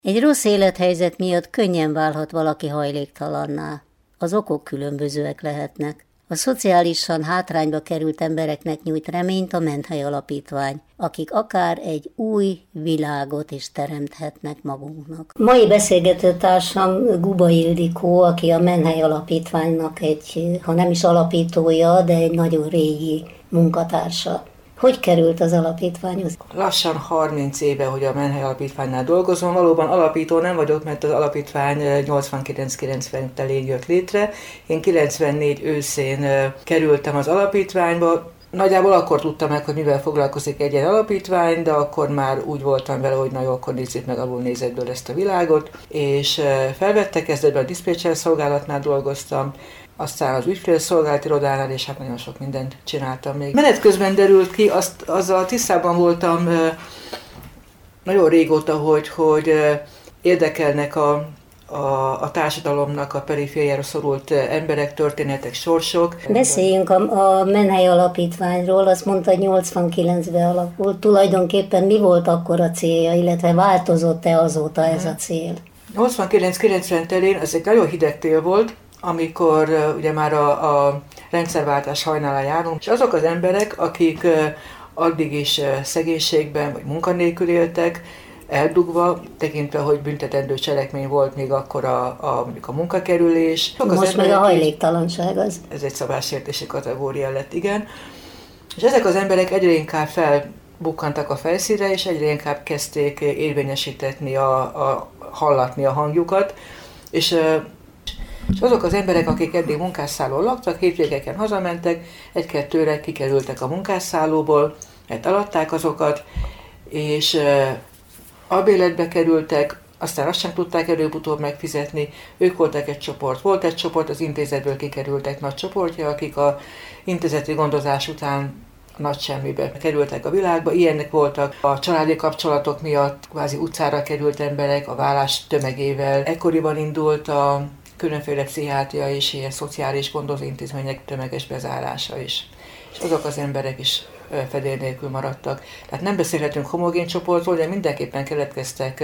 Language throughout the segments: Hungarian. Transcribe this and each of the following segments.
Egy rossz élethelyzet miatt könnyen válhat valaki hajléktalanná. Az okok különbözőek lehetnek. A szociálisan hátrányba került embereknek nyújt reményt a Menthely Alapítvány, akik akár egy új világot is teremthetnek magunknak. Mai beszélgetőtársam Guba Ildikó, aki a Menthely Alapítványnak egy, ha nem is alapítója, de egy nagyon régi munkatársa. Hogy került az alapítványhoz? Lassan 30 éve, hogy a Menthely Alapítványnál dolgozom. Valóban alapító nem vagyok, mert az alapítvány 89-90 telén jött létre. Én 94 őszén kerültem az alapítványba. Nagyjából akkor tudtam meg, hogy mivel foglalkozik egy ilyen alapítvány, de akkor már úgy voltam vele, hogy na jó, akkor nézzük meg alulnézetből ezt a világot. És felvettek, kezdetben a diszpécser szolgálatnál dolgoztam, aztán az ügyfélszolgálati irodánál, és hát nagyon sok mindent csináltam még. Menet közben derült ki, azzal tisztában voltam nagyon régóta, hogy érdekelnek a társadalomnak a perifériára szorult emberek, történetek, sorsok. Beszéljünk a Menthely Alapítványról, azt mondta, hogy 89-ben alakult. Tulajdonképpen mi volt akkor a célja, illetve változott-e azóta ez a cél? 89-90 telén ez egy nagyon hideg tél volt, amikor ugye már a rendszerváltás hajnalán járunk, és azok az emberek, akik addig is szegénységben vagy munkanélkül éltek, eldugva, tekintve, hogy büntetendő cselekmény volt még akkor mondjuk a munkakerülés. Most meg a hajléktalanság az. Ez egy szabálysértési kategória lett, igen. És ezek az emberek egyre inkább felbukkantak a felszínre, és egyre inkább kezdték érvényesítetni, hallatni a hangjukat, és azok az emberek, akik eddig munkásszállón laktak, hétvégeken hazamentek, egy-kettőre kikerültek a munkásszállóból, mert eladták azokat, és albérletbe kerültek, aztán azt sem tudták előbb-utóbb megfizetni. Ők voltak egy csoport. Volt egy csoport, az intézetből kikerültek nagy csoportja, akik a intézeti gondozás után nagy semmibe kerültek a világba. Ilyenek voltak a családi kapcsolatok miatt, kvázi utcára került emberek, a vállás tömegével. Ekkoriban indult a különféle pszichiátria és ilyen szociális gondozóintézmények tömeges bezárása is. És azok az emberek is fedél nélkül maradtak. Tehát nem beszélhetünk homogén csoportról, de mindenképpen keletkeztek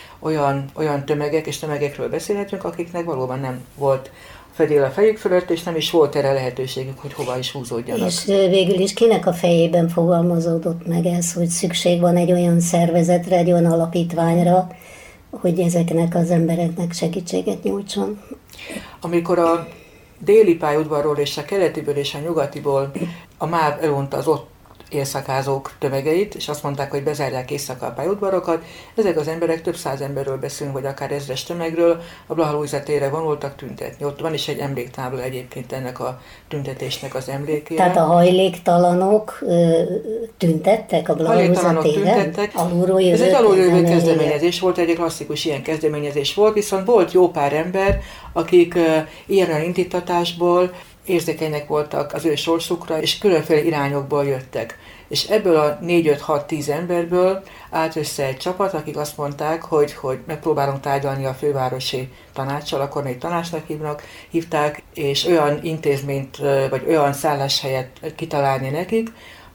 olyan tömegek, és tömegekről beszélhetünk, akiknek valóban nem volt fedél a fejük fölött, és nem is volt erre lehetőségük, hogy hova is húzódjanak. És végül is kinek a fejében fogalmazódott meg ez, hogy szükség van egy olyan szervezetre, egy olyan alapítványra, hogy ezeknek az embereknek segítséget nyújtson? Amikor a déli pályaudvarról és a keletiből és a nyugatiból a MÁV elvonta az ott élszakázók tömegeit, és azt mondták, hogy bezárják éjszaka a pályaudvarokat. Ezek az emberek, több száz emberről beszélünk, vagy akár ezres tömegről, a Blaha Lujza térre vonultak tüntetni. Ott van is egy emléktábla egyébként ennek a tüntetésnek az emlékére. Tehát a hajléktalanok tüntettek a Blaha Lujza téren? Ez egy alulról kezdeményezés volt, egy klasszikus ilyen kezdeményezés volt, viszont volt jó pár ember, akik ilyen indítatásból érzékenyek voltak az ő sorsukra, és különféle irányokból jöttek. És ebből a 4-5-6-10 emberből állt össze egy csapat, akik azt mondták, hogy megpróbálunk tárgyalni a fővárosi tanácssal, akkor még tanácsnak hívták, és olyan intézményt, vagy olyan szálláshelyet kitalálni nekik,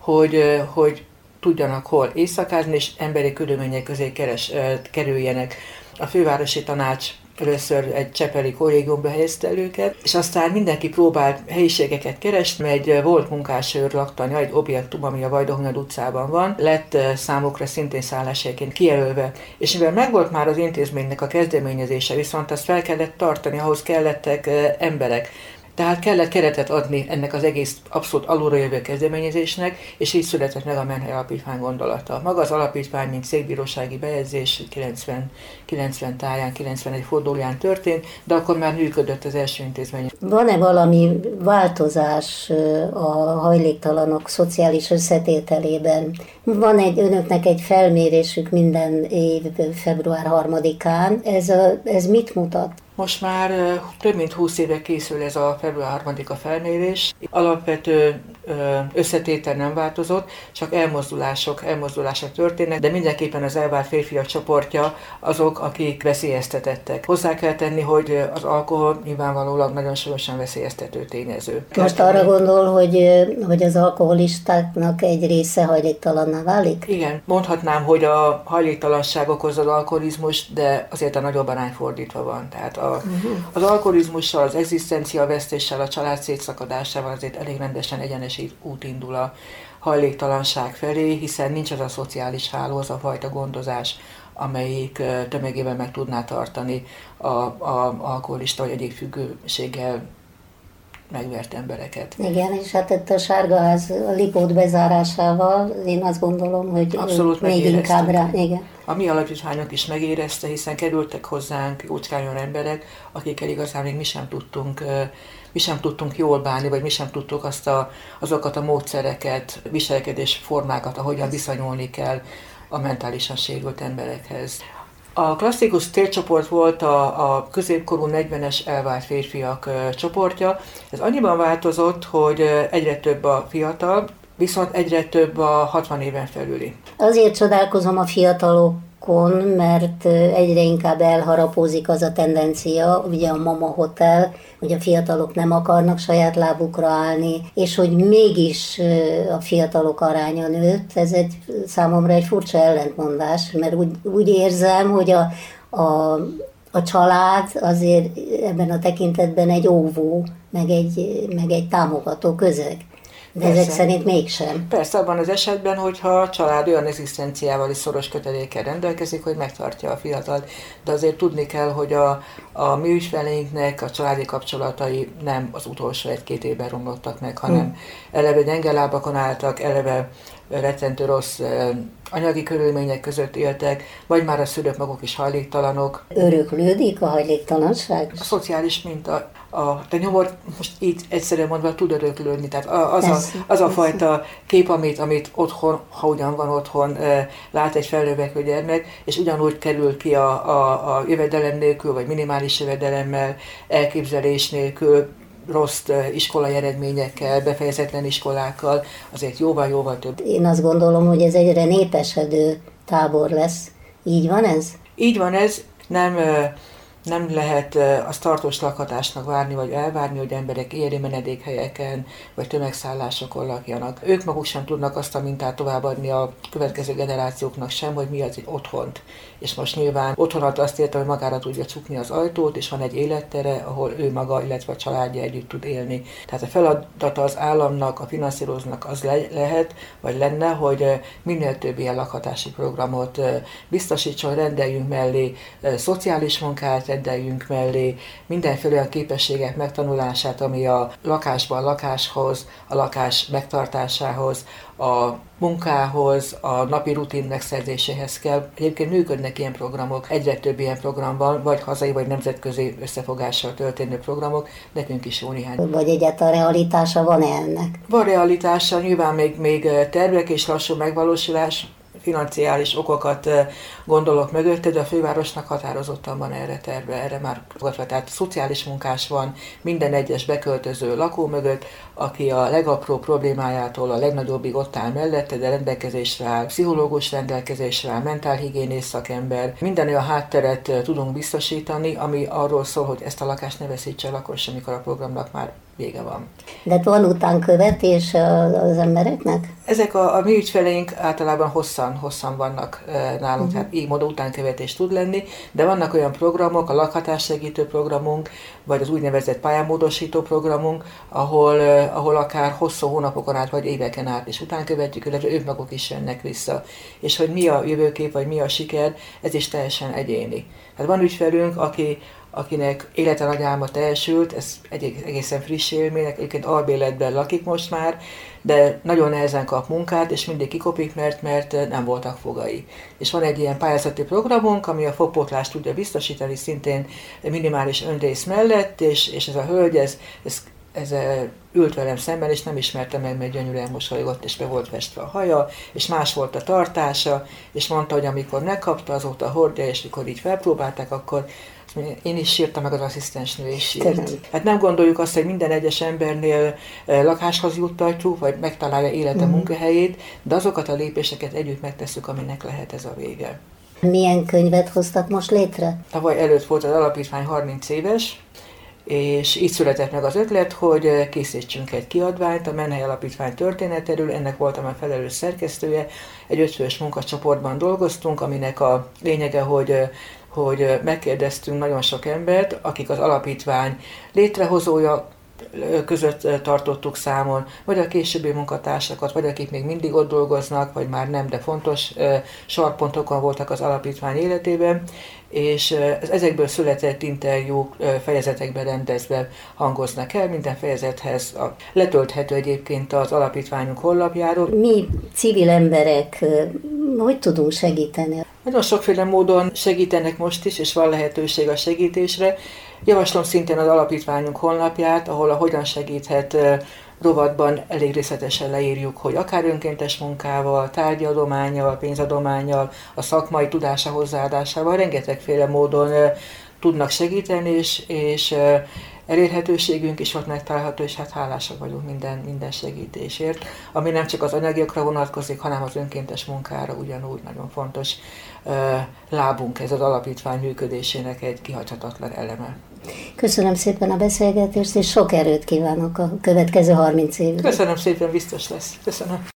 hogy tudjanak hol éjszakázni, és emberi körülmények közé kerüljenek. A fővárosi tanács először egy csepeli kollégiumba helyezte el őket, és aztán mindenki próbált helyiségeket keresni, egy volt munkásőr laktanya, egy objektum, ami a Vajdahunyad utcában van, lett számukra szintén szálláshelyként kijelölve. És mivel megvolt már az intézménynek a kezdeményezése, viszont azt fel kellett tartani, ahhoz kellettek emberek. Tehát kellett keretet adni ennek az egész abszolút alulról jövő kezdeményezésnek, és így született meg a Menthely Alapítvány gondolata. Maga az alapítvány, mint székbírósági bejegyzés 90 táján, 91 fordulóján történt, de akkor már működött az első intézmény. Van-e valami változás a hajléktalanok szociális összetételében? Van önöknek egy felmérésük minden év február 3-án. Ez mit mutat? Most már több mint 20 éve készül ez a február 3-a felmérés. Alapvető összetétel nem változott, csak elmozdulások történnek, de mindenképpen az elvált férfiak csoportja azok, akik veszélyeztetettek. Hozzá kell tenni, hogy az alkohol nyilvánvalóan nagyon súlyosan veszélyeztető tényező. Most arra gondol, hogy az alkoholistáknak egy része hajléktalanná válik? Igen, mondhatnám, hogy a hajléktalanság okozza az alkoholizmust, de azért a nagyobb arány fordítva van. Tehát az alkoholizmussal, az egzisztenciavesztéssel, a család szétszakadásával azért elég rendesen egyenes út indul a hajléktalanság felé, hiszen nincs az a szociális háló, az a fajta gondozás, amelyik tömegében meg tudná tartani a alkoholista vagy egyéb függőséggel megvert embereket. Igen, és hát itt a Sárgaház a Lipót bezárásával én azt gondolom, hogy abszolút még inkább rá. Igen. A mi alapítványunk is megérezte, hiszen kerültek hozzánk jócskán olyan emberek, akikkel igazán még mi sem tudtunk jól bánni, vagy mi sem tudtuk azokat a módszereket, viselkedés formákat, ahogyan viszonyulni kell a mentálisan sérült emberekhez. A klasszikus célcsoport volt a középkorú 40-es elvált férfiak csoportja. Ez annyiban változott, hogy egyre több a fiatal, viszont egyre több a 60 éven felüli. Azért csodálkozom a fiatalokon, mert egyre inkább elharapózik az a tendencia, ugye a Mama Hotel, hogy a fiatalok nem akarnak saját lábukra állni, és hogy mégis a fiatalok aránya nőtt. Ez számomra egy furcsa ellentmondás, mert úgy érzem, hogy a család azért ebben a tekintetben egy óvó, meg egy támogató közeg. De persze, ezek szerint mégsem. Persze, abban az esetben, hogyha a család olyan egzisztenciával és szoros kötelékkel rendelkezik, hogy megtartja a fiatalt. De azért tudni kell, hogy a mi ügyfeleinknek a családi kapcsolatai nem az utolsó 1-2 évben romlottak meg, hanem eleve gyenge lábakon álltak, eleve rettentő rossz anyagi körülmények között éltek, vagy már a szülők maguk is hajléktalanok. Öröklődik a hajléktalanság? A szociális minta, a nyomor most így egyszerűen mondva tud öröklődni, tehát az a fajta kép, amit otthon, ha ugyan van otthon, lát egy felnövekvő gyermek, és ugyanúgy kerül ki a jövedelem nélkül, vagy minimális jövedelemmel, elképzelés nélkül, rossz iskolai eredményekkel, befejezetlen iskolákkal, azért jóval-jóval több. Én azt gondolom, hogy ez egyre népesedő tábor lesz. Így van ez? Így van ez. Nem lehet azt tartós lakhatásnak várni, vagy elvárni, hogy emberek éri menedékhelyeken, vagy tömegszállásokon lakjanak. Ők maguk sem tudnak azt a mintát továbbadni a következő generációknak sem, hogy mi az egy otthont. És most nyilván otthonat azt érte, hogy magára tudja csukni az ajtót, és van egy élettere, ahol ő maga, illetve a családja együtt tud élni. Tehát a feladata az államnak, a finanszírozónak az lehet, vagy lenne, hogy minél több ilyen lakhatási programot biztosítson, rendeljünk mellé szociális munkát, rendeljünk mellé mindenféle olyan képességek megtanulását, ami a lakáshoz, a lakás megtartásához, a munkához, a napi rutin megszerzéséhez kell. Egyébként működnek ilyen programok, egyre több ilyen program van, vagy hazai, vagy nemzetközi összefogással történő programok, nekünk is jó néhány. Vagy egyáltalán realitása van ennek? Van realitása, nyilván még tervek és lassú megvalósulás, financiális okokat gondolok mögötte, de a fővárosnak határozottan van erre terve, erre már fogadva. Tehát szociális munkás van minden egyes beköltöző lakó mögött, aki a legapróbb problémájától a legnagyobbig ott áll mellette, de rendelkezésre áll, pszichológus rendelkezésre áll, mentálhigiénész szakember. Minden olyan hátteret tudunk biztosítani, ami arról szól, hogy ezt a lakást ne veszítse el akkor sem, amikor a programnak már vége van. De van utánkövetés az embereknek? Ezek a mi ügyfeleink általában hosszan vannak nálunk, tehát így módon utánkövetés tud lenni, de vannak olyan programok, a lakhatássegítő programunk, vagy az úgynevezett pályamódosító programunk, ahol akár hosszú hónapokon át, vagy éveken át is utánkövetjük, illetve ők maguk is jönnek vissza. És hogy mi a jövőkép, vagy mi a siker, ez is teljesen egyéni. Tehát van ügyfelünk, akinek élete nagy álma teljesült, ez egészen friss élmények, egyébként albérletben lakik most már, de nagyon nehezen kap munkát, és mindig kikopik, mert nem voltak fogai. És van egy ilyen pályázati programunk, ami a fogpótlást tudja biztosítani szintén minimális önrész mellett, és ez a hölgy, ez ezzel ült velem szemben, és nem ismerte meg, mert gyönyörűen mosolygott, és be volt festve a haja, és más volt a tartása, és mondta, hogy amikor megkapta, azóta hordja, és mikor így felpróbálták, akkor én is sírtam, meg az asszisztensnő is sírt. Hát nem gondoljuk azt, hogy minden egyes embernél lakáshoz juttatjuk, vagy megtalálja élete munkahelyét, de azokat a lépéseket együtt megtesszük, aminek lehet ez a vége. Milyen könyvet hoztak most létre? Tavaly előtt volt az alapítvány 30 éves, és így született meg az ötlet, hogy készítsünk egy kiadványt a Menhely Alapítvány történetéről, ennek voltam a felelős szerkesztője. Egy 5 fős munkacsoportban dolgoztunk, aminek a lényege, hogy megkérdeztünk nagyon sok embert, akik az alapítvány létrehozója között tartottuk számon, vagy a későbbi munkatársakat, vagy akik még mindig ott dolgoznak, vagy már nem, de fontos sarkpontokon voltak az alapítvány életében, és ezekből született interjúk fejezetekben rendezve hangoznak el, minden fejezethez letölthető egyébként az alapítványunk honlapjáról. Mi civil emberek, hogy tudunk segíteni? Nagyon sokféle módon segítenek most is, és van lehetőség a segítésre. Javaslom szintén az alapítványunk honlapját, ahol a Hogyan segíthet rovatban elég részletesen leírjuk, hogy akár önkéntes munkával, tárgyadománnyal, pénzadománnyal, a szakmai tudása hozzáadásával rengetegféle módon tudnak segíteni, és elérhetőségünk is ott megtalálható, és hát hálásak vagyunk minden segítésért, ami nem csak az anyagiakra vonatkozik, hanem az önkéntes munkára ugyanúgy nagyon fontos lábunk, ez az alapítvány működésének egy kihagyhatatlan eleme. Köszönöm szépen a beszélgetést, és sok erőt kívánok a következő 30 évre. Köszönöm szépen, biztos lesz. Köszönöm.